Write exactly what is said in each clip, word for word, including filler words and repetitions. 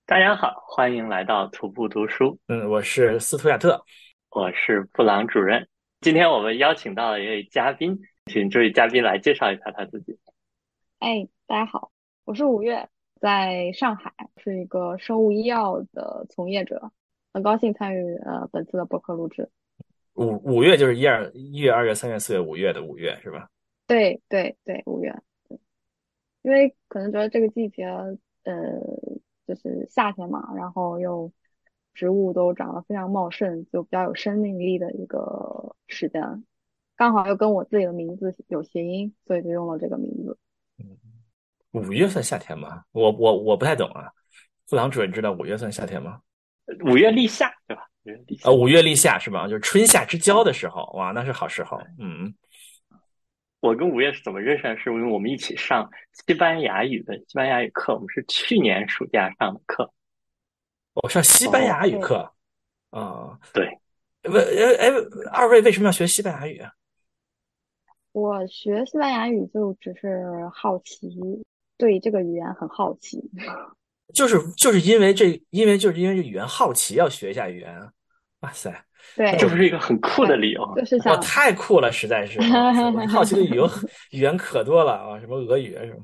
大家好，欢迎来到徒步读书， 嗯，我是斯图亚特。 我是布朗主任。今天我们邀请到了一位嘉宾，请这位嘉宾来介绍一下他自己。 哎，大家好，我是五月，在上海，是一个生物医药的从业者，很高兴参与呃本次的播客录制。 五五月就是一二一月、二月、三月、四月、五月的五月是吧？ 对对对，五月，因为可能觉得这个季节，呃，就是夏天嘛，然后又植物都长得非常茂盛，就比较有生命力的一个时间，刚好又跟我自己的名字有谐音，所以就用了这个名字。 五月算夏天吗？我我我不太懂啊。布朗主任知道五月算夏天吗？ 五月立夏，对吧？五月立啊， 夏。 五月立夏是吧？就是春夏之交嗯， 的时候，哇，那是好时对。 候。嗯， 我跟五月是怎么认识的？是因为我们一起上西班牙语的西班牙语课，我们是去年暑假上的课。 我上西班哦， 对， 牙语课啊。 对。 为呃哎，二位为什么要学西班牙语啊？ 我学西班牙语就只是好奇，对这个语言很好奇。 就是就是因为这，因为就是因为这语言好奇要学一下语言啊。哇塞，那这对不是一个很酷的对， 理由？ 就是哦， 想， 太酷了，实在是哇塞！我好奇的语言语言可多了啊，什么俄语啊什么，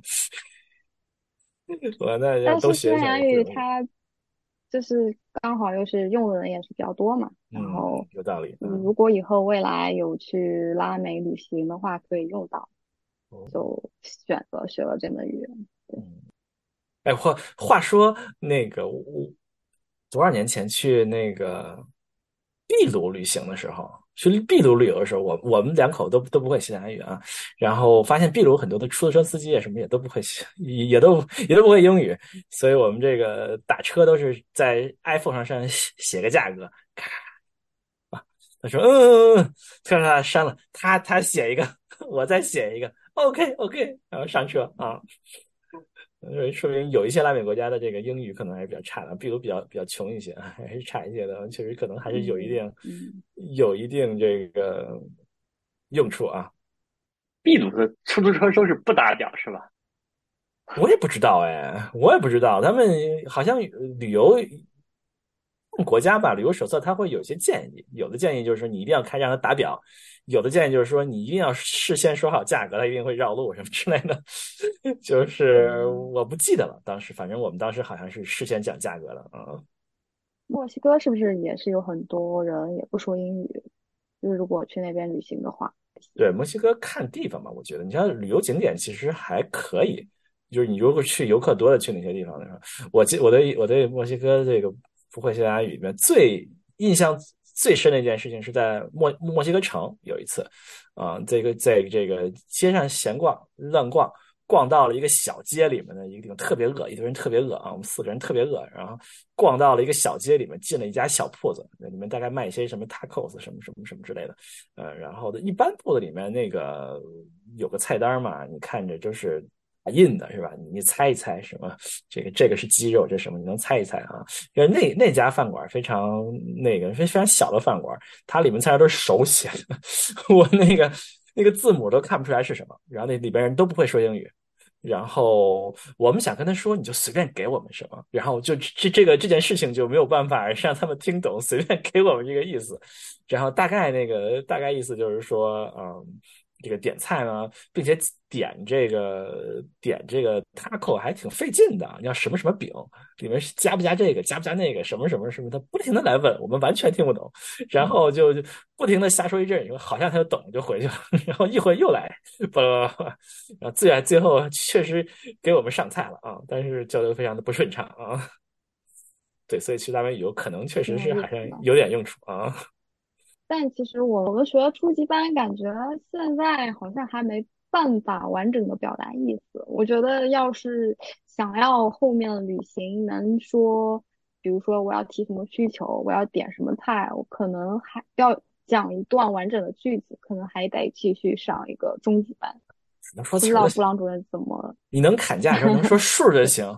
我那要但都是西班牙学起来就语它就是刚好又是用的人也是比较多嘛，然嗯， 后有道理。嗯， 如果以后未来有去拉美旅行的话，可以用到，就选择学了这门语言。对， 嗯，哎，话话说那个我多少年前去那个秘鲁旅行的时候，去秘鲁旅游的时候，我我们两口都都不会西班牙语啊，然后发现秘鲁很多的出租车司机啊什么也都不会西，也也都也都不会英语，所以我们这个打车都是在 iPhone 上上写写个价格，咔他说嗯嗯嗯，突然他删了，他他写一个，我再写一个，OK OK，然后上车啊。呃，说明有一些拉美国家的这个英语可能还是比较差的，比如比较比较穷一些，还是差一些的，确实可能还是有一嗯定嗯。 有一定这个用处啊。 秘鲁的出租车都是不打表是吧？ 我也不知道哎，我也不知道，他们好像旅游国家吧，旅游手册它会有一些建议，有的建议就是说你一定要开让他打表，有的建议就是说你一定要事先说好价格，他一定会绕路什么之类的。就是嗯， 我不记得了，当时反正我们当时好像是事先讲价格的啊。 墨西哥是不是也是有很多人也不说英语？就是如果去那边旅行的话， 对，墨西哥看地方吧，我觉得你像旅游景点其实还可以，就是你如果去游客多的去哪些地方的时候，我记我对我对墨西哥这个不会西班牙语里面最印象最深的一件事情是在墨墨西哥城有一次，啊、这个在这个街上闲逛乱逛。逛到了一个小街里面的一个地方，特别饿，一堆人特别饿啊，我们四个人特别饿，然后逛到了一个小街里面，进了一家小铺子，那里面大概卖一些什么 tacos 什么什么什么之类的。呃，然后的一般铺子里面那个有个菜单嘛，你看着就是打印的是吧？你你猜一猜什么？这个这个是鸡肉，这是什么？你能猜一猜啊？因为那那家饭馆非常那个非非常小的饭馆，它里面菜单都是手写的，我那个那个字母都看不出来是什么，然后那里边人都不会说英语。然后我们想跟他说，你就随便给我们什么，然后就这这个这件事情就没有办法让他们听懂，随便给我们这个意思。然后大概那个大概意思就是说，嗯，这个点菜呢，并且点这个点这个 taco 还挺费劲的，你要什么什么饼，里面是加不加这个，加不加那个，什么什么什么，他不停的来问，我们完全听不懂，然后就就不停的瞎说一阵，好像他就懂就回去了，然后一会又来，不，然后最最后确实给我们上菜了啊，但是交流非常的不顺畅啊。对，所以去拉美旅游可能确挺有实是好像意思的。 有点用处啊。 但其实我我们学初级班，感觉现在好像还没办法完整的表达意思。我觉得要是想要后面旅行能说，比如说我要提什么需求，我要点什么菜，我可能还要讲一段完整的句子，可能还得继续上一个中级班。 能说不知道词儿就行， 布朗主任怎么， 你能砍价的时候能说数就行。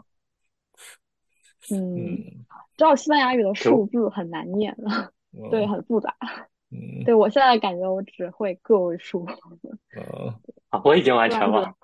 嗯， 嗯， 知道西班牙语的数就字很难念，对， 嗯很复杂。 嗯对，我现在感觉我只会个位数。 嗯， 啊，我已经完布朗主任。 全忘了。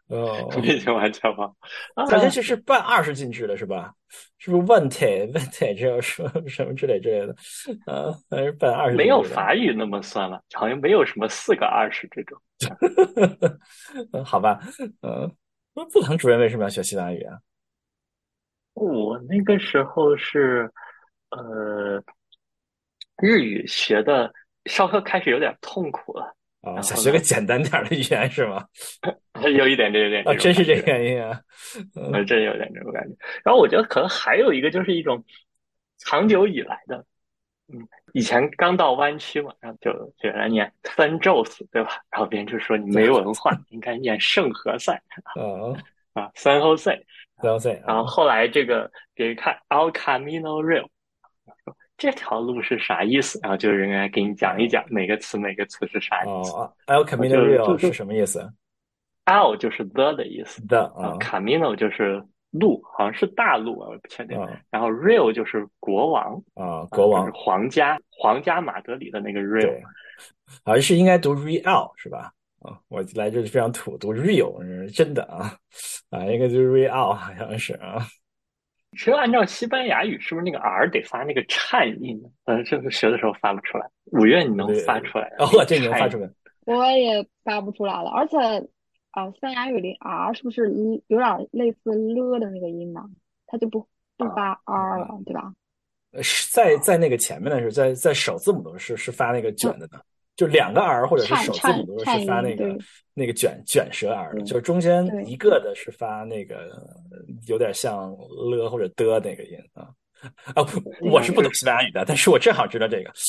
哦， 已经完全忘了啊。 好像就是半二十进制的是吧？是不是问题问题这样说什么之类之类的？啊，还是半二十没有进制的？ 法语那么算了，好像没有什么四个二十这种。 嗯好吧，嗯，那布朗主任为什么要学西班牙语啊？ 我那个时候是，呃，日语学的稍微开始有点痛苦了， 啊，想学个然后呢， 简单点儿的语言是吗？ 有一点这有点啊， 这种真是这个感觉， 原因啊。 呃， 嗯真有点这种感觉。然后我觉得可能还有一个就是一种长久以来的，嗯，以前刚到湾区嘛，然后就觉得念分宙斯，对吧？然后别人就说你没文化，应该念圣何塞啊， 啊，三后塞啊。 三岁啊， 然后后来这个别人看 El Camino Real。这条路是啥意思？然后就有人来给你讲一啊讲每个词每个词是啥意思。 哦，El 然后 Camino 就 Real 就就是什么意思？ L 就是 the 的意思的啊啊 ，Camino 就是路，好像是大路啊，我不确定。 啊然后 Real 就是国王啊， 啊，就是国王， 皇家皇家马德里的那个 Real。 对，好像是应该读 real 是吧？啊，我来这里非常土，读 real 是真的啊啊，应该就是 real 好像是啊。 其实按照西班牙语，是不是那个 R 得发那个颤音呢？嗯，这个学的时候发不出来。五月你能发对， 出来的那哦， 个这你能发颤音？ 出来？ 我也发不出来了。而且，啊，西班牙语里 R 是不是嗯有点类似了的那个音呢？它就不不啊发 R 了， 嗯对吧？ 呃是在在那个前面的是在在首字母都是是发那个卷嗯， 的呢，就两个 R 或者是首字母颤颤都是颤音， 发那个对那个卷卷舌 R 的， 对就是中间对。 一个的是发那个呃有点像了或者的那个音啊啊，我是不懂这个是西班牙语的，但是我正好知道这个。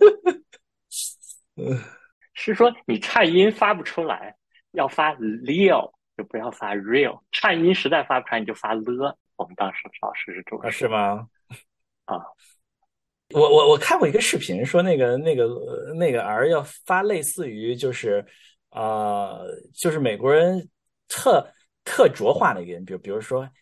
是说你颤音发不出来，要发 leo，就不要发 real。颤音实在发不出来，你就发了。我们当时老师是这么啊，是说吗？ 啊。 我我我看过一个视频，说那个那个呃那个 R 要发类似于就是啊、呃就是美国人特特浊化的一个音，比如比如说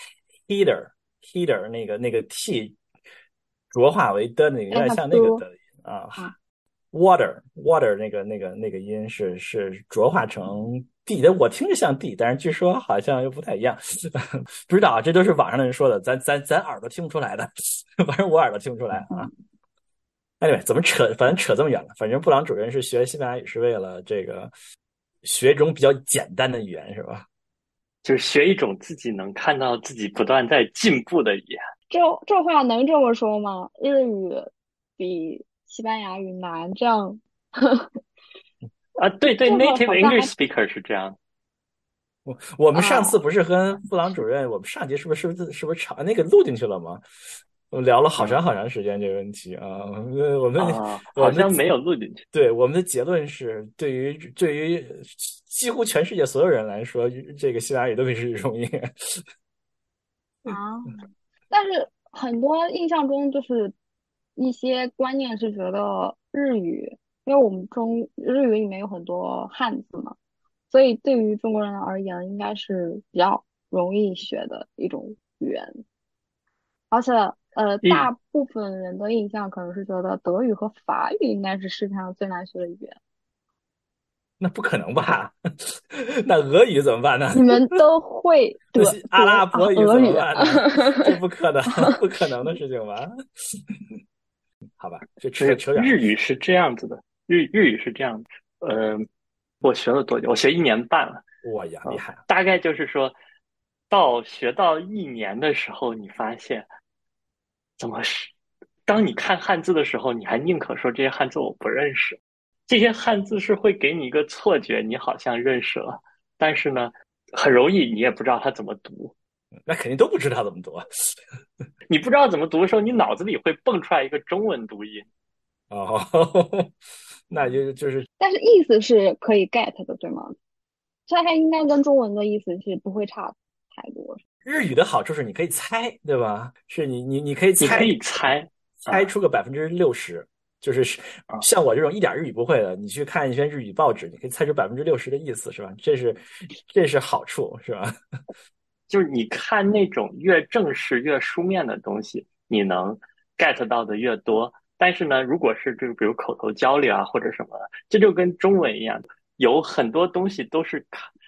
heater heater 那个那个 t 浊化为的那个，有让它点像那个的的啊。 啊， water water 那个那个那个音是是浊化成 d 的，我听着像 d，但是据说好像又不太一样，不知道这都是网上的人说的，咱咱咱耳朵听不出来的，反正我耳朵听不出来啊。 嗯， anyway，怎么扯？反正扯这么远了。反正布朗主任是学西班牙语是为了这个学一种比较简单的语言，是吧？ 就是学一种自己能看到自己不断在进步的语言。 这这话能这么说吗？日语比西班牙语难，这样啊。对对这个 ，native 好像还 English speaker 是这样。 我我们上次啊， 不是跟布朗主任，我们上节是不是是不是是不是吵那个录进去了吗？我们聊了好嗯长好长时间这个问题啊。呃我们啊， 我们的好像没有录进去。 对我们的结论是，对于对于几乎全世界所有人来说，这个西班牙语都比日语容易。 啊，但是很多印象中就是一些观念是觉得日语，因为我们中日语里面有很多汉字嘛，所以对于中国人而言，应该是比较容易学的一种语言。而且，呃， 一大部分人的印象可能是觉得德语和法语应该是世界上最难学的语言。 那不可能吧？那俄语怎么办呢？ 你们都会那德阿拉德啊伯语怎俄语， 么办呢？这不可能，不可能的事情吧？好吧，这扯日扯远了。 日语是这样子的，日日语是这样的。呃，我学了多久？我学一年半了。 哇呀，厉嗯， 害啊！ 大概就是说到学到一年的时候，你发现怎么是？当你看汉字的时候，你还宁可说这些汉字我不认识。这些汉字是会给你一个错觉，你好像认识了，但是呢，很容易你也不知道它怎么读。 那肯定都不知道怎么读啊。 你不知道怎么读的时候，你脑子里会蹦出来一个中文读音。 哦，那就就是但是意思是可以 get 的，对吗？所以它应该跟中文的意思是不会差太多。 日语的好处是你可以猜，对吧？是你你你可以猜你可以猜啊猜出个百分之六十，就是啊， 像我这种一点日语不会的，你去看一篇日语报纸，你可以猜出百分之六十的意思，是吧？这是这是好处，是吧？ 就是你看那种越正式、越书面的东西，你能 get 到的越多。但是呢，如果是这个，比如口头交流啊，或者什么，这就跟中文一样，有很多东西都是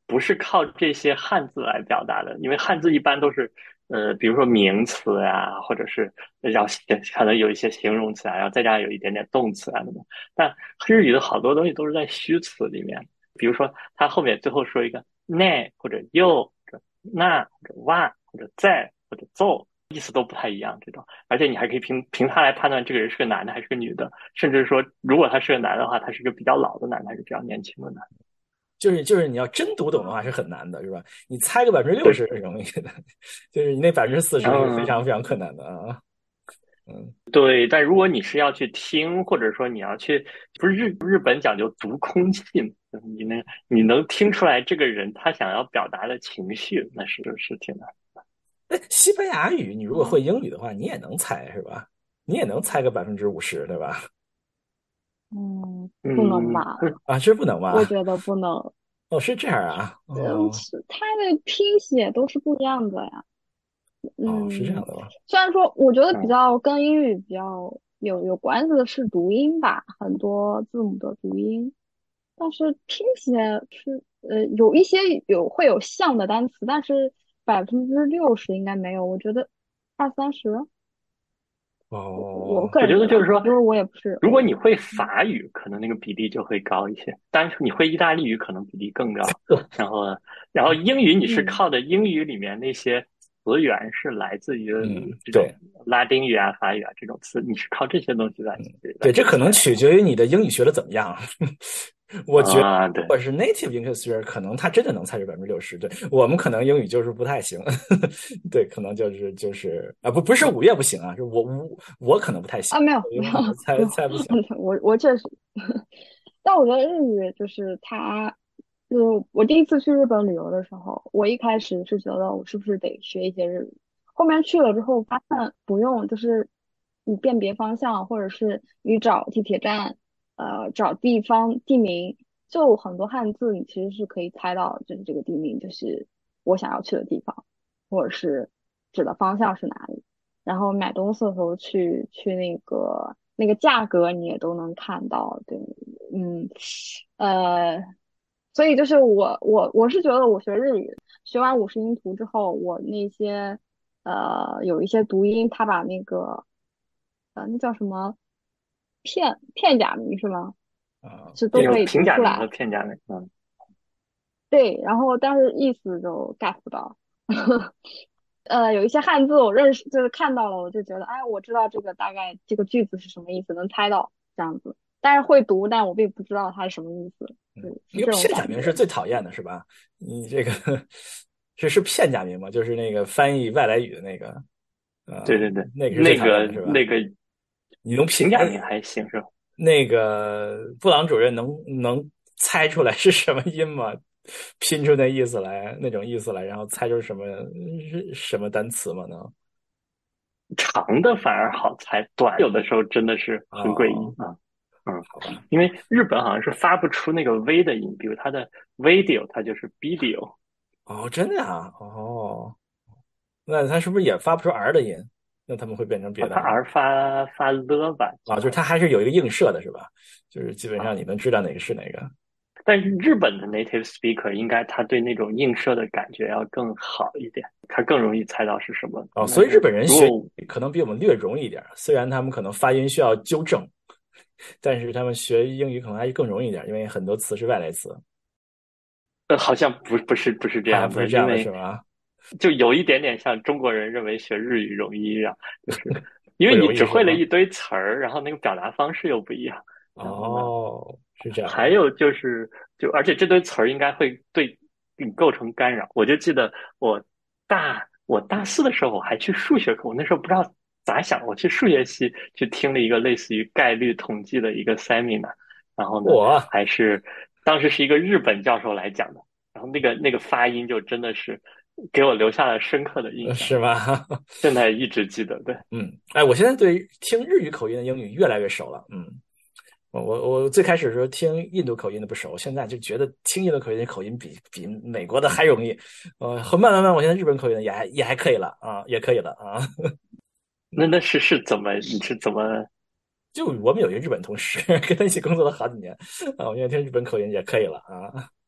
不是靠这些汉字来表达的，因为汉字一般都是呃，比如说名词呀，或者是要可能有一些形容词啊，然后再加上有一点点动词啊等等。但日语的好多东西都是在虚词里面，比如说它后面最后说一个奈或者又或者那或者哇或者在或者奏，意思都不太一样这种。而且你还可以凭凭它来判断这个人是个男的还是个女的，甚至说如果他是个男的话，他是个比较老的男的还是比较年轻的男的。 就是就是你要真读懂的话是很难的，是吧？你猜个百分之六对， 十是容易的，就是你那百分之四十是非常嗯， 非常困难的啊。嗯， 对，但如果你是要去听，或者说你要去，不是日日本讲究读空气嘛，你能你能听出来这个人他想要表达的情绪，那是是挺难。 哎，西班牙语你如果会嗯英语的话，你也能猜是吧？你也能猜个百分之五十，对吧？ 嗯，不能嗯， 吧？ 啊，这不能吗？ 我觉得不能。 哦，是这样啊。 嗯， 哦是它的拼写都是不一样的呀。 哦，是这样嗯， 的吗？ 虽然说我觉得比嗯， 较跟英语比较有有关系的是读音吧，很多字母的读音，但是拼写是呃有一些有会有像的单词，但是百分之六十应该没有，我觉得二三十，我我哦， 个我人觉得啊， 觉得就是说， 因为我也不是。 如果你会嗯法语，可能那个比例就会高一些，但是你会意大利语，可能比例更高。然后，然后英语你是嗯靠的英语里面那些词源是来自于嗯， 这种对。 拉丁语啊、法语啊这种词，你是靠这些东西来来对，这可能去猜的。 取决于你的英语学的怎么样。我觉得， 啊，对， 如果是 native English speaker，可能他真的能猜出百分之六十。对，我们可能英语就是不太行。对，可能就是就是啊，不不是五月不行啊，是我我我可能不太行， 啊，没有没有因为我可能猜没有， 猜不行。 我我确实，但我觉得日语就是它，就我第一次去日本旅游的时候，我一开始是觉得我是不是得学一些日语，后面去了之后发现不用，就是你辨别方向，或者是你找地铁站，呃，找地方地名，就很多汉字你其实是可以猜到，就是这个地名就是我想要去的地方，或者是指的方向是哪里。然后买东西的时候去去那个那个价格你也都能看到，对，嗯，呃，所以就是我我我是觉得我学日语学完五十音图之后，我那些呃有一些读音，它把那个呃那叫什么片片假名是吗？ 啊， 这种是都可以平假名和读出来， 片假名，嗯， 对，然后但是意思就 get 不到。呃，有一些汉字我认识，就是看到了，我就觉得，哎，我知道这个大概这个句子是什么意思，能猜到这样子。但是会读，但我并不知道它是什么意思，是是这种那个片假感觉。 名是最讨厌的，是吧？你这个是是片假名吗？就是那个翻译外来语的那个，呃， 对对对， 那个是最那个讨厌的，是吧？ 那个你用片呃平假名还行是吧？ 那个布朗主任能能猜出来是什么音吗？拼出那意思来，那种意思来，然后猜出什么是什么单词吗？能？ 长的反而好猜，短有的时候真的是很诡异哦， 啊。嗯， 好吧， 因为日本好像是发不出那个 V 的音，比如它的 video，它就是 video 哦，真的啊，哦，那他是不是也发不出 R 的音？那他们会变成啊， 别的吗？ 它 R 发发了吧， 啊，就是好像。 它还是有一个映射的，是吧？就是基本上啊。 你能知道哪个是哪个。 但是日本的 native speaker 应该他对那种映射的感觉要更好一点，他更容易猜到是什么。 哦，所以日但是本人学如果可能比我们略容易一点，虽然他们可能发音需要纠正，但是他们学英语可能还更容易一点，因为很多词是外来词。 呃好像不不是不是这好像样的， 不是这样的， 因为是吗？ 就有一点点像中国人认为学日语容易一样，就是因不容为你只易是吗？ 会了一堆词儿，然后那个表达方式又不一样，然后呢， 哦，是这样的。 还有就是，就而且这堆词儿应该会对你构成干扰。我就记得我大我大四的时候，我还去数学课，我那时候不知道咋想，我去数学系去听了一个类似于概率统计的一个 seminar，然后呢， 我还是当时是一个日本教授来讲的，然后那个那个发音就真的是给我留下了深刻的印象， 是吗？ 现在一直记得。对， 嗯，哎，我现在对听日语口音的英语越来越熟了。嗯，我我我最开始的时候听印度口音的不熟，现在就觉得听印度口音的口音比比美国的还容易。呃，后慢慢慢，我现在日本口音的也还也还可以了啊，也可以了啊。 那那是是怎么你是怎么就我们有一个日本同事，跟他一起工作了好几年啊，我现在听日本口音也可以了啊。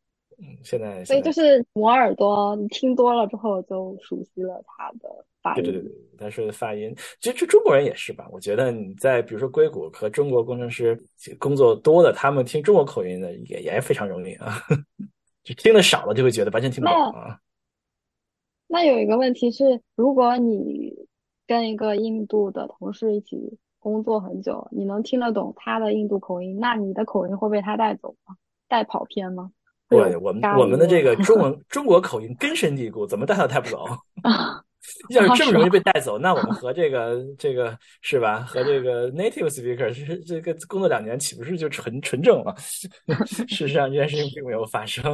嗯，现在所现在以就是磨耳朵，你听多了之后就熟悉了它的发对对对对， 音。 他说的发音，其实这中国人也是吧？我觉得你在比如说硅谷和中国工程师工作多的，他们听中国口音的也也非常容易啊，就听的少了就会觉得完全听不懂那啊。 那有一个问题是，如果你跟一个印度的同事一起工作很久，你能听得懂他的印度口音，那你的口音会被他带走吗？带跑偏吗？ 不， 会有我们我们的这咖喱味儿个中文中国口音根深蒂固，怎么带都带不走。 啊？ 要是这么容易被是吗？ 带走，那我们和这个这个是吧？和这个 native speaker 是这个工作两年，岂不是就纯纯正了？事实上，这件事情并没有发生。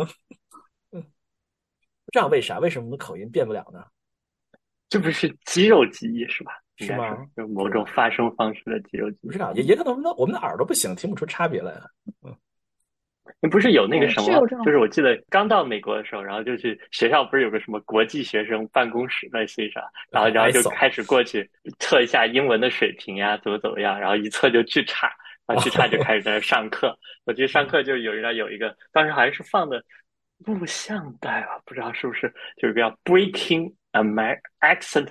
不知道为啥，为什么我们的口音变不了呢？ 这不是肌肉记忆是吧？应该说是吗？ 是某种不知道， 发声方式的肌肉记忆。 不知道，也也可能我们的我们的耳朵不行，听不出差别来啊。嗯， 你不是有那个对， 什么？ 是有这种。 就是我记得刚到美国的时候，然后就去学校，不是有个什么国际学生办公室在线上，然后然后还走就开始过去测一下英文的水平呀，怎么怎么样，然后一测就巨差，然后巨差就开始在那上课。我记得上课就有人有一个，当时好像是放的录像带吧，不知道是不是就是叫 Breaking Amer Accent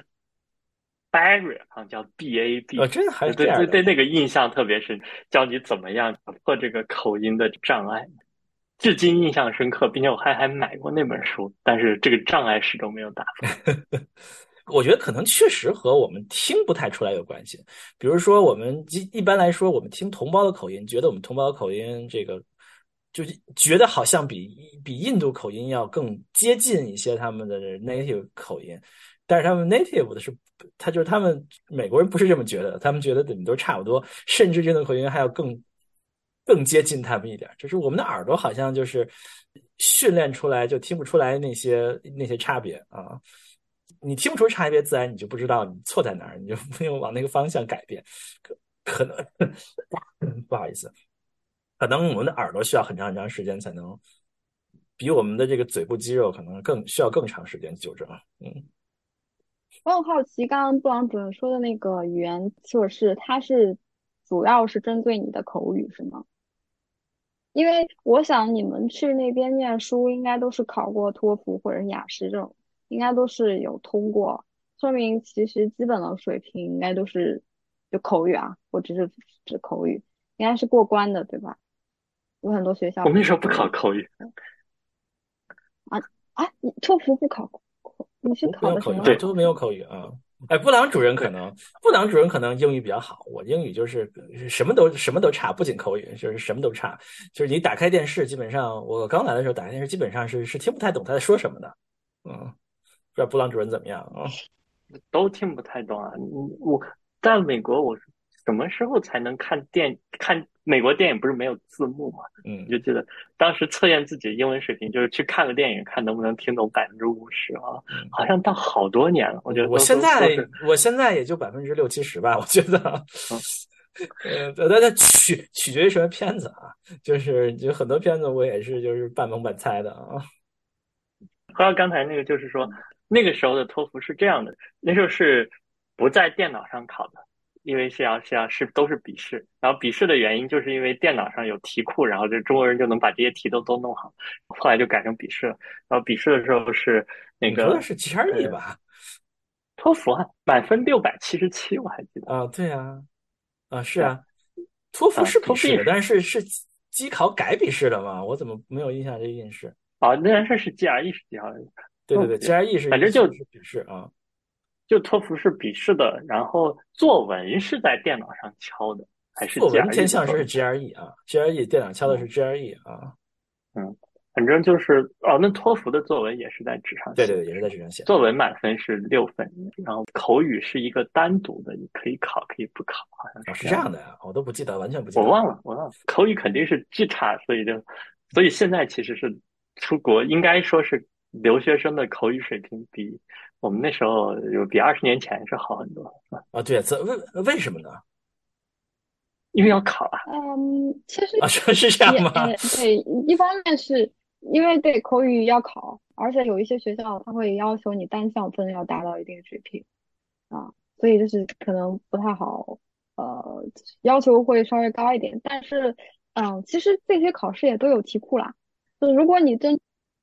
Barrier，好像叫 B A 哦， B。 真的还是这对对对， 样的。 那个印象特别深，教你怎么样打破这个口音的障碍。至今印象深刻，并且我还还买过那本书，但是这个障碍始终没有打破。 我觉得可能确实和我们听不太出来有关系。比如说，我们一一般来说，我们听同胞的口音，觉得我们同胞的口音这个，就是觉得好像比比印度口音要更接近一些他们的 native 口音，但是他们 native 的是，他就是他们美国人不是这么觉得，他们觉得你们都差不多，甚至印度口音还要更更接近他们一点。就是我们的耳朵好像就是训练出来就听不出来那些那些差别啊。你听不出差别，自然你就不知道你错在哪儿，你就没有往那个方向改变。可可能不好意思，可能我们的耳朵需要很长很长时间才能，比我们的这个嘴部肌肉可能更需要更长时间纠正。嗯， 我很好奇，刚刚布朗主任说的那个语言测试，它是主要是针对你的口语是吗？因为我想你们去那边念书，应该都是考过托福或者是雅思这种，应该都是有通过，说明其实基本的水平应该都是就口语啊，我只是指口语，应该是过关的，对吧？有很多学校不我们那时候不是会考口语。 啊啊，你托福不考，你是没有口语， 考的什么我对， 都没有考试？ 口语啊。哎，布朗主任可对， 能，布朗主任可能英语比较好，我英语就是什么都什么都差，不仅口语，就是什么都差。就是你打开电视，基本上我刚来的时候打开电视，基本上是是听不太懂他在说什么的。嗯，不知道布朗主任怎么样啊？ 都听不太懂啊。我在美国，我什么时候才能看电看美国电影？不是没有字幕嘛？我就嗯记得当时测验自己的英文水平，就是去看个电影，看能不能听懂百分之五十啊。 嗯。 好像到好多年了，我觉得我都现在都都是。 我现在也就百分之六七十吧，我觉得， 嗯， 呃，但但取取决于什么片子啊，就是就很多片子我也是就是半蒙半猜的啊。 回到刚才那个，就是说那个时候的托福是这样的，那时候是不在电脑上考的，因为是要是要是都是笔试，然后笔试的原因就是因为电脑上有题库，然后这中国人就能把这些题都都弄好，后来就改成笔试了。然后笔试的时候是那个你说的是 G R E 呃吧？ 托福啊，满分六百七十七，我还记得。 啊，对啊，啊是对啊。 啊，托福啊， 是笔试的， 托福也是。 但是是机考改笔试的吗？我怎么没有印象这件事？ 啊，那件事是 G R E 是 G R E。 对对对那我不记得， ，G R E 是反正就是是笔试啊。 就托福是笔试的，然后作文是在电脑上敲的，还是作文 G R E 偏向是的作文？ G R E 啊，G R E 电脑敲的是嗯 G R E 啊。 嗯，反正就是哦，那托福的作文也是在纸上对对对，也是写的是吧？ 在纸上写的。 作文满分是六分，然后口语是一个单独的，你可以考可以不考，好像啊，是是这样的。 这样的呀，我都不记得，完全不记得了。 我忘了，我忘了，口语肯定是巨差，所以就，所以现在其实是出国，应该说是留学生的口语水平比我们那时候有比二十年前是好很多， 啊，对啊，这为为什么呢？ 因为要考啊。 嗯，其实啊，是是这样吗？ 也呃对，一方面是因为对口语要考，而且有一些学校它会要求你单项分要达到一定水平啊，所以就是可能不太好，呃，要求会稍微高一点。但是，嗯，其实这些考试也都有题库啦，就如果你真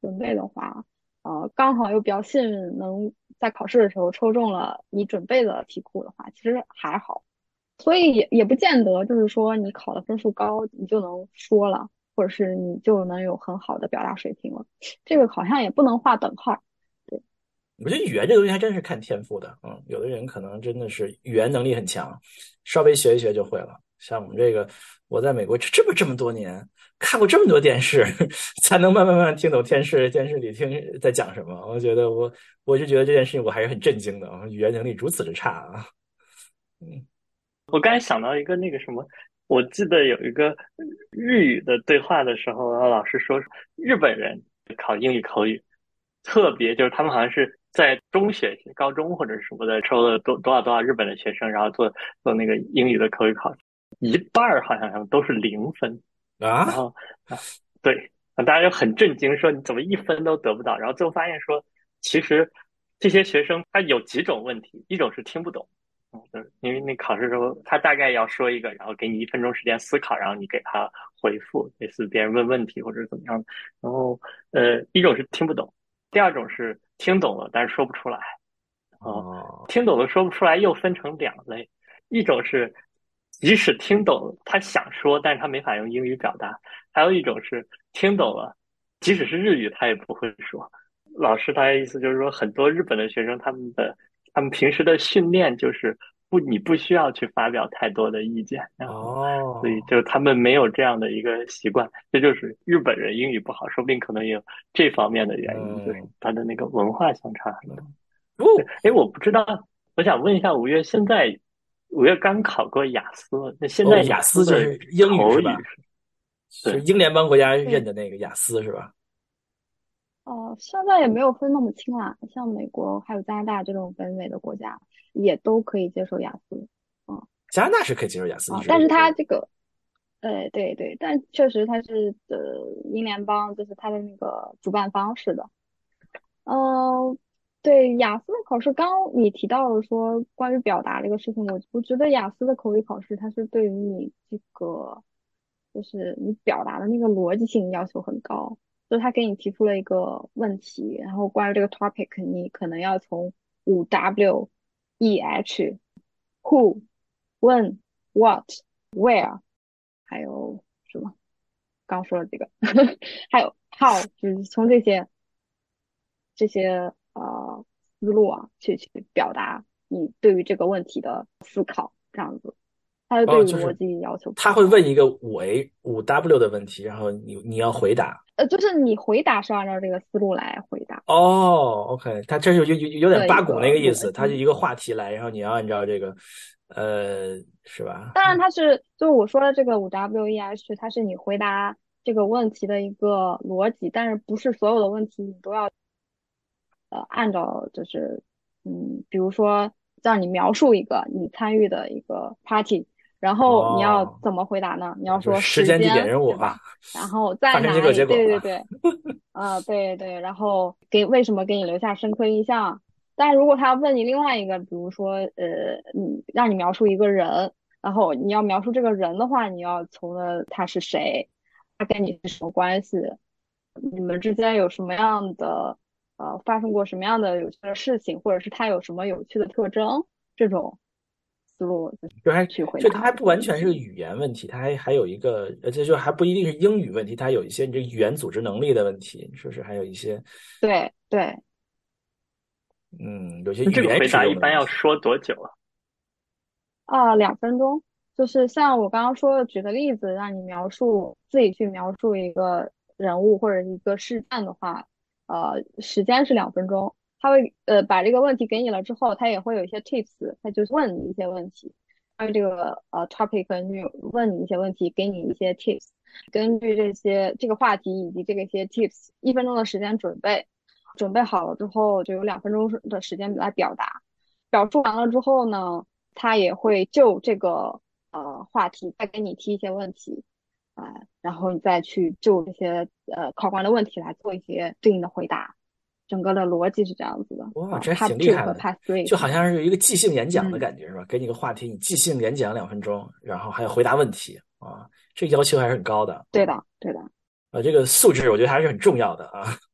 准备的话，呃，刚好又比较幸运，能在考试的时候抽中了你准备的题库的话，其实还好。所以也也不见得就是说你考的分数高，你就能说了，或者是你就能有很好的表达水平了。这个好像也不能划等号。对， 我觉得语言这个东西还真是看天赋的，嗯，有的人可能真的是语言能力很强，稍微学一学就会了。像我们这个，我在美国这么这么多年，看过这么多电视，才能慢慢慢慢听懂电视电视里听在讲什么。我觉得我我就觉得这件事情我还是很震惊的，语言能力如此之差啊。嗯， 我刚才想到一个那个什么，我记得有一个日语的对话的时候，然后老师说日本人考英语口语特别，就是他们好像是在中学、高中或者什么的抽了多多少多少日本的学生，然后做做那个英语的口语考试，一半儿好像都是零分，然啊， 后啊，对，大家就很震惊，说你怎么一分都得不到？然后最后发现说，其实这些学生他有几种问题，一种是听不懂。嗯，就是因为那考试时候，他大概要说一个，然后给你一分钟时间思考，然后你给他回复，类似别人问问题或者怎么样。然后，呃，一种是听不懂，第二种是听懂了但是说不出来。啊， 哦， 听懂了说不出来又分成两类，一种是即使听懂了他想说，但是他没法用英语表达；还有一种是听懂了，即使是日语他也不会说。老师他的意思就是说，很多日本的学生他们的他们平时的训练就是不，你不需要去发表太多的意见，然后所以哦， 就他们没有这样的一个习惯，这就是日本人英语不好，说不定可能也有这方面的原因，就是嗯他的那个文化相差很多。 嗯， 对， 哦哎，我不知道，我想问一下，五月现在五月刚考过雅思，那现哦， 在雅雅思就思的是英语是吧？ 口语是？ 就是对， 英联邦国家认对， 的那个雅思是吧？ 哦，现在也没有分那么清啦，像美国还有加拿大这种北美的国家，也都可以接受雅思。嗯加拿大是可以接受雅思，一啊，但是直都是。 它这个，呃，对对，但确实它是呃英联邦，就是它的那个主办方式的。嗯，对，雅思的考试，刚刚你提到了说关于表达这个事情，我我觉得雅思的口语考试，它是对于你这个，就是你表达的那个逻辑性要求很高，就是他给你提出了一个问题，然后关于这个 topic，你可能要从五 W E H who when what where 还有什么？刚说了这个，还有 how，就是从这些这些呃思路啊，去去表达你对于这个问题的思考，这样子，它是对哦， 于就是逻辑要求比他较高。 会问一个五 A 五 W 的问题，然后你你要回答。 呃，就是你回答是按照这个思路来回答哦，OK，他这就有有有点八股那的一个个意思，他就逻辑。 一个话题来，然后你要按照这个，呃，是吧？ 当然，它是就是我说的这个五 W E H，它是你回答这个问题的一个逻辑，但是不是所有的问题你都要呃按照就是嗯，比如说让你描述一个你参与的一个 party，然后你要哦， 怎么回答呢？你啊， 要说就是时间、地点、 时间， 人物啊， 对吧？然后在发生结果、 哪里？ 结果啊。 对对对，呃，对对，然后给为什么给你留下深刻印象？但如果他问你另外一个，比如说呃，你让你描述一个人，然后你要描述这个人的话，你要从了他是谁，他跟你是什么关系，你们之间有什么样的呃发生过什么样的有趣的事情，或者是他有什么有趣的特征，这种思路就是就还去回答就它还不这个问题。 完全是个语言问题，它还还有一个，而且就还不一定是英语问题，它有一些你这个语言组织能力的问题，是不是？还有一些对对， 嗯，有些那这个回语言使答一般用的问题。 要说多久啊？ 啊，两分钟，就是像我刚刚说的，举个例子，让你描述自己去描述一个人物或者一个事件的话，呃，时间是两分钟。他会呃把这个问题给你了之后，他也会有一些 tips，他就是问你一些问题，关于这个呃 topic，就问你一些问题，给你一些 tips，根据这些这个话题以及这个一些 tips，一分钟的时间准备，准备好了之后，就有两分钟的时间来表达。表述完了之后呢？他也会就这个呃话题再给你提一些问题，啊、呃然后你再去就这些呃考官的问题来做一些对应的回答。整个的逻辑是这样子的哇， 啊这还 ，Part 挺厉 Two 害的， 和 Part Three 就好是这样。 像是有一个即兴演讲的嗯， 感觉，是吧？给你个话题，你即兴演讲两分钟，然后还要回答问题啊，这要求还是很高的啊。 对的，对的。 呃，这个素质我觉得还是很重要的啊。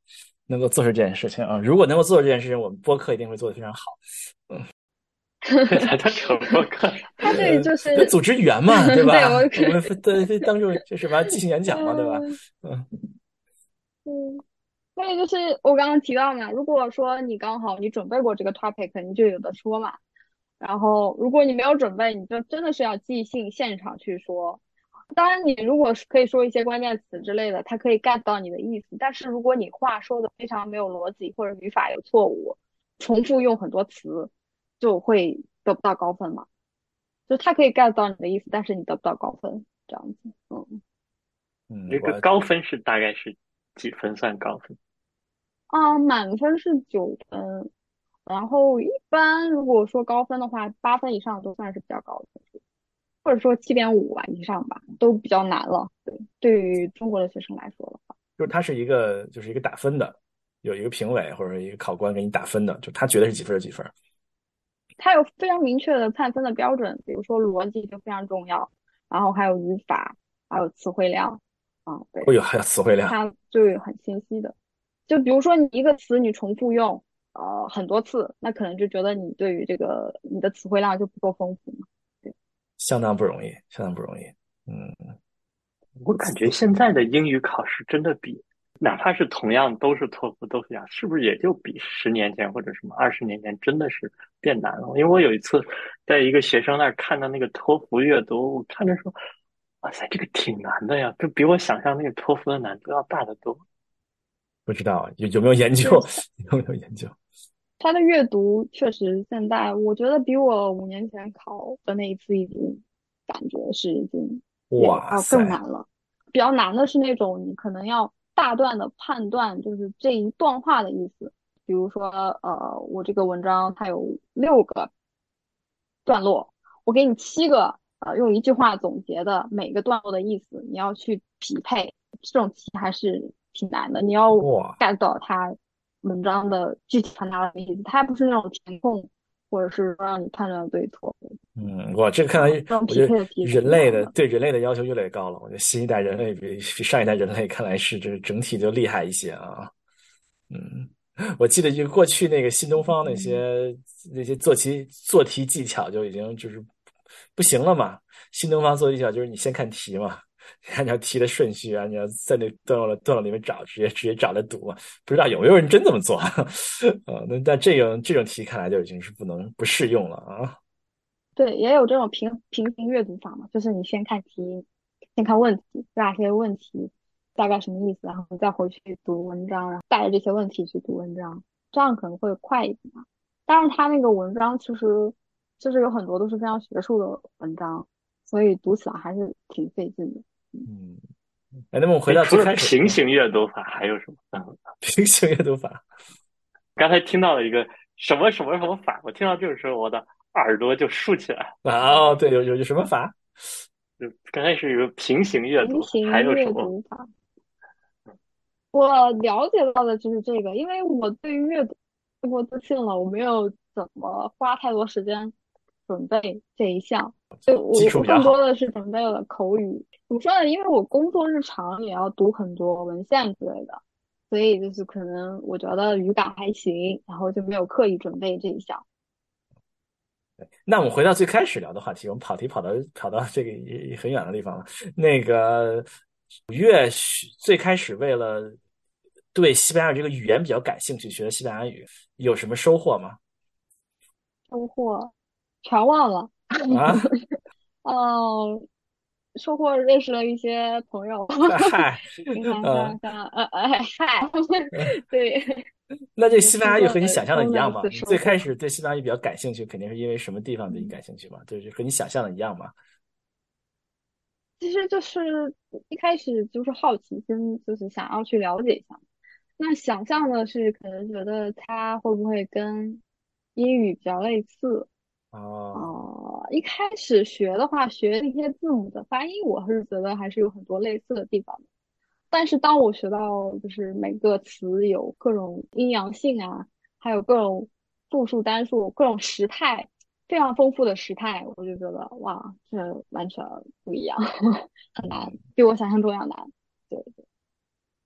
能够做出这件事情啊！如果能够做出这件事情，我们播客一定会做得非常好。嗯， 这才叫扯播客。 他这就呃， 是组织语言嘛，对吧？ 对我我们当当做这什么即兴演讲嘛，对吧？ 嗯嗯嗯。所以就是我刚刚提到嘛，如果说你刚好你准备过这个 topic，你就有的说嘛。然后如果你没有准备，你就真的是要即兴现场去说。当然，你如果是可以说一些关键词之类的，它可以 get 到你的意思。但是如果你话说的非常没有逻辑，或者语法有错误，重复用很多词，就会得不到高分嘛。就它可以 get 到你的意思，但是你得不到高分，这样子。嗯。 嗯， 这个我高分是大概是几分算高分？ 啊，满分是九分，然后一般如果说高分的话，八分以上都算是比较高的分数，或者说七点五吧以上吧，都比较难了。对，对于中国的学生来说的话， 就是它是一个就是一个打分的，有一个评委或者一个考官给你打分的，就他觉得是几分就几分。 它有非常明确的判分的标准，比如说逻辑就非常重要，然后还有语法，还有词汇量。啊，对， 会有还有词汇量。 它就有很清晰的。就比如说你一个词你重复用呃很多次，那可能就觉得你对于这个你的词汇量就不够丰富嘛。对。 相当不容易，相当不容易。嗯， 我感觉现在的英语考试真的比，哪怕是同样都是托福都是这样，是不是也就比十年前或者什么二十年前真的是变难了？因为我有一次在一个学生那儿看到那个托福阅读，我看着说，哇塞，这个挺难的呀，就比我想象那个托福的难度要大得多。 不知道有有没有研究， 是有没有研究？ 他的阅读确实现在我觉得比我五年前考的那一次已经感觉是已经也要更哇塞， 难了。比较难的是那种你可能要大段的判断，就是这一段话的意思。比如说，呃，我这个文章它有六个段落，我给你七个，呃，用一句话总结的每个段落的意思，你要去匹配，这种题还是挺难的。你要哇， get 到它文章的具体传达的意思，它不是那种填空，或者是说让你判断对错。 嗯，哇，这个看啊， 来， 这种匹我觉得配的题是人类的挺难的。 对人类的要求越来越高了。我觉得新一代人类比比上一代人类看来是这整体就厉害一些啊。嗯，我记得就过去那个新东方那嗯。 些那些做题做题技巧就已经就是不行了嘛。新东方做题技巧就是你先看题嘛，按照题的顺序啊，你要在那段落段落里面找，直接直接找来读嘛。不知道有没有人真这么做啊？呃那但这种这种题看来就已经是不能不适用了啊。 对，也有这种平平行阅读法嘛，就是你先看题，先看问题，把这些问题大概什么意思，然后你再回去读文章，然后带着这些问题去读文章，这样可能会快一点嘛。但是他那个文章其实就是有很多都是非常学术的文章，所以读起来还是挺费劲的。嗯。 嗯，哎，那么我们回哎，除了到最开始，嗯， 平行阅读法还有什么？嗯， 平行阅读法刚才听到了一个什么什么什么法，我听到这个时候我的耳朵就竖起来了。 啊，哦，对，有有有什么法？ 就刚才是一个平行阅平读，还行阅有什么？ 读法。我了解到的就是这个，因为我对于阅读太过自信了，我没有怎么花太多时间准备这一项。对， 基我我更多础比较好。 的是准备了口语。怎么说呢？因为我工作日常也要读很多文献之类的，所以就是可能我觉得语感还行，然后就没有刻意准备这一项。 那我们回到最开始聊的话题，我们跑题跑到跑到这个也很远的地方了。那个五月最开始为了对西班牙语这个语言比较感兴趣，学的西班牙语，有什么收获吗？ 收获全忘了。 啊， 嗯，收获认识了一些朋友。 嗨， 你看， 呃想想，呃，呃，嗨，对。 那这也西班牙语是个和你想象的中的一一样吗？你最次收获。 开始对西班牙语比较感兴趣，肯定是因为什么地方对你嗯， 感兴趣嘛？就是和你想象的一样嘛？ 其实就是一开始就是好奇心，就是想要去了解一下。那想象的是可能觉得它会不会跟英语比较类似。 哦， 呃，一开始学的话，学那些字母的发音，我是觉得还是有很多类似的地方的。但是当我学到就是每个词有各种阴阳性啊，还有各种复数、单数、各种时态，非常丰富的时态，我就觉得哇，这完全不一样。很难， 嗯， 比我想象中要难。对。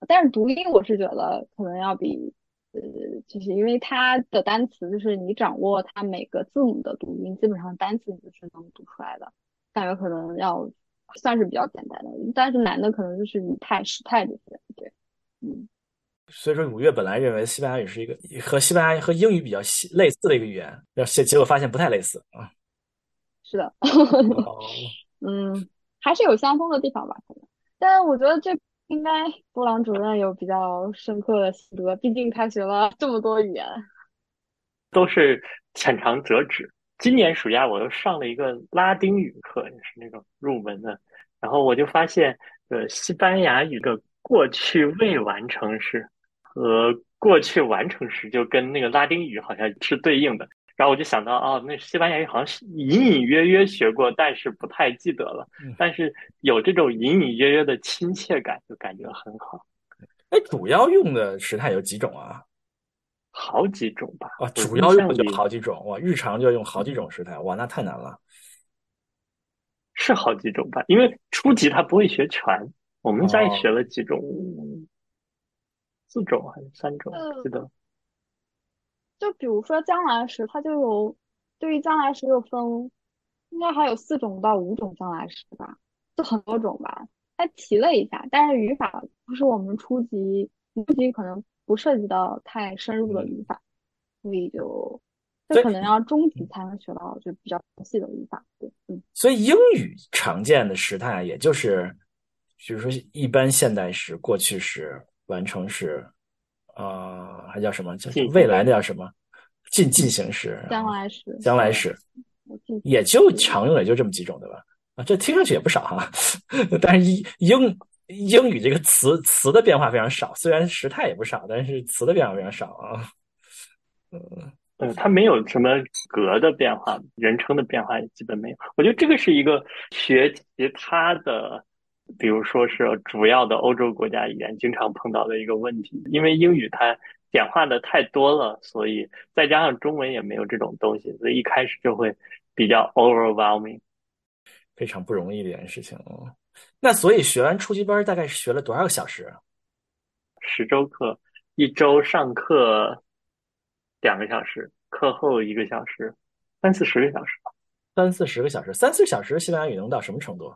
但是读音我是觉得可能要比呃，就是因为它的单词就是你掌握它每个字母的读音，基本上单词你就是能读出来的，感觉可能要算是比较简单的，但是难的可能就是语态、时态这些。对，嗯， 所以说五月本来认为西班牙语是一个和西班牙和英语比较类似的一个语言，然后结结果发现不太类似啊。 是的。 哦， 嗯，还是有相通的地方吧，可能。但我觉得这应该布朗主任有比较深刻的心得，毕竟他学了这么多语言。 都是浅尝辄止。今年暑假我又上了一个拉丁语课，也是那种入门的，然后我就发现，呃，西班牙语的过去未完成时和过去完成时就跟那个拉丁语好像是对应的。然后我就想到，哦，那西班牙语好像是隐隐约约学过，但是不太记得了。 嗯， 但是有这种隐隐约约的亲切感，就感觉很好。 哎，主要用的时态有几种啊？ 好几种吧， 啊， 我印主要用的就象里好几种哇，日常就要用好几种时态，哇，那太难了。 是好几种吧，因为初级他不会学全，我们家也学哦， 了几种，四种还是三种，我不呃， 记得。 就比如说将来时，它就有对于将来时又分，应该还有四种到五种将来时吧，就很多种吧。他提了一下，但是语法不是我们初级，初级可能不涉及到太深入的嗯， 语法，所以就这所可能要中级以才能学到就比较细的语法。对，嗯， 所以英语常见的时态，也就是比如说一般现代时、过去时、完成时，啊、还叫什么？叫未来进行时， 的叫什么？进进行时，然后将来时，对， 将来时， 我进也就对。 常用的也就这么几种，对吧？啊，这听上去也不少哈。但是英英英语这个词词的变化非常少，虽然时态也不少，但是词的变化非常少啊。 呃，它没有什么格的变化，人称的变化也基本没有。我觉得这个是一个学其他的，比如说是主要的欧洲国家语言经常碰到的一个问题，因为英语它简化的太多了，所以再加上中文也没有这种东西，所以一开始就会比较 overwhelming。 非常不容易的一件事情哦。那所以学完初级班大概是学了多少个小时啊？ 十周课，一周上课两个小时，课后一个小时，三四十个小时。 三四十个小时，三四十小时西班牙语能到什么程度？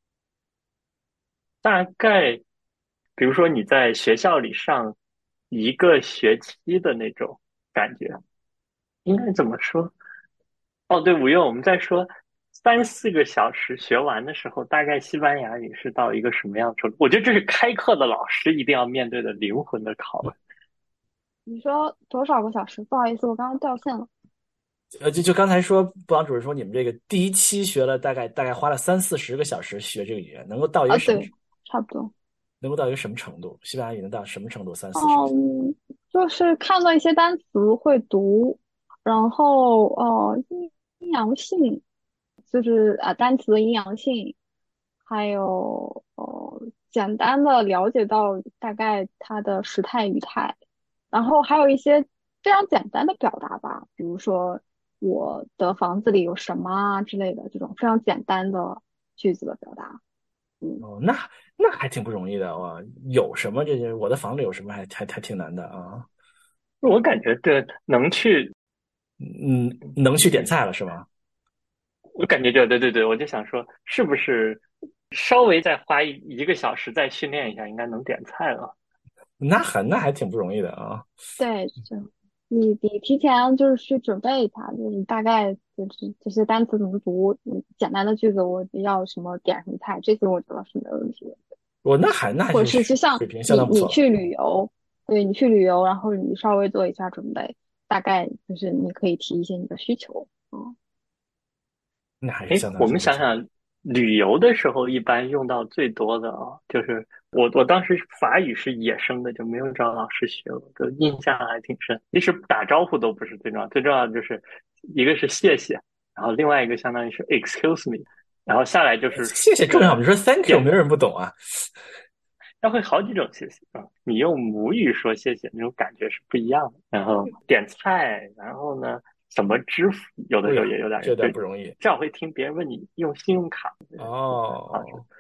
大概，比如说你在学校里上一个学期的那种感觉，应该怎么说？哦，对，五月我们在说三四个小时学完的时候，大概西班牙语是到一个什么样的程度？我觉得这是开课的老师一定要面对的灵魂的拷问。 你说多少个小时？不好意思，我刚刚掉线了。 呃，就就刚才说，布朗主任说你们这个第一期学了大概大概花了三四十个小时学这个语言，能够到一啊， 个什么， 对，差不多。 能够到一个什么程度？西班牙语能到什么程度？三四十个小时？ 嗯，就是看到一些单词会读，然后呃，阴阴阳性，就是啊、呃单词的阴阳性，还有呃简单的了解到大概它的时态语态，然后还有一些非常简单的表达吧，比如说我的房子里有什么啊之类的这种非常简单的句子的表达。嗯。 哦，那那还挺不容易的哇！有什么这些？我的房子有什么还还还挺难的啊。 我感觉这能去， 嗯，能去点菜了是吗？ 我感觉就对对对，我就想说，是不是稍微再花一一个小时再训练一下，应该能点菜了。 那很那还挺不容易的啊。 对，就你你提前就是去准备一下，就是大概就是这些单词怎么读，嗯简单的句子我要什么点什么菜，这些我觉得是没有问题的。 我那还那还或者是是就像水平相你当不错了。 你去旅游，对你去旅游，然后你稍微做一下准备，大概就是你可以提一些你的需求。嗯， 那还是哎， 相当我们不错。 想想，旅游的时候一般用到最多的啊，就是我我当时法语是野生的，就没有找老师学，我的印象还挺深。其实打招呼都不是最重要，最重要的就是一个是谢谢，然后另外一个相当于是 excuse me，然后下来就是谢谢重要， 呃你说 thank you，没点， 有人不懂啊。 它会好几种谢谢啊，你用母语说谢谢那种感觉是不一样的。然后点菜，然后呢怎么支付，有的哎呀， 时候也有点这人就点不容易至少会听别人问你用信用卡，好哦。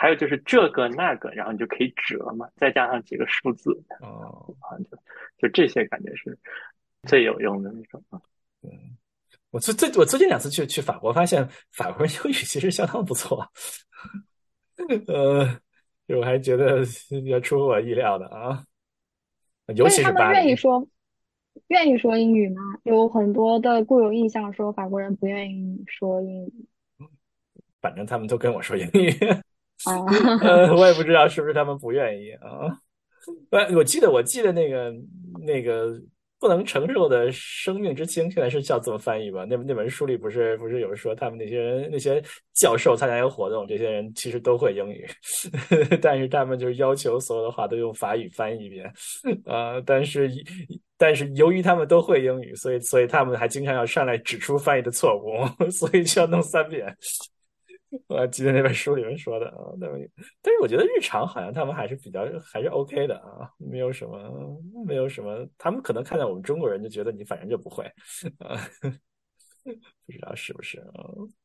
还有就是这个那个，然后你就可以折嘛，再加上几个数字， 哦， 啊，就就这些感觉是最有用的那种。 嗯，我最最我最近两次去去法国，发现法国人英语其实相当不错，呃，就我还觉得比较出乎我意料的啊，尤其所以他们是巴黎。 愿意说愿意说英语吗？有很多的固有印象说法国人不愿意说英语反正他们都跟我说英语， 啊。 呃，我也不知道是不是他们不愿意啊。我我记得我记得那个那个不能承受的生命之轻，现在是叫这么翻译吧？那那本书里不是不是有说他们那些人那些教授参加一个活动，这些人其实都会英语，但是他们就是要求所有的话都用法语翻译一遍，呃，但是但是由于他们都会英语，所以所以他们还经常要上来指出翻译的错误，所以就要弄三遍。我还记得那本书里面说的啊，但但是我觉得日常好像他们还是比较还是 OK 的啊，没有什么没有什么，他们可能看到我们中国人就觉得你反正就不会啊，不知道是不是啊？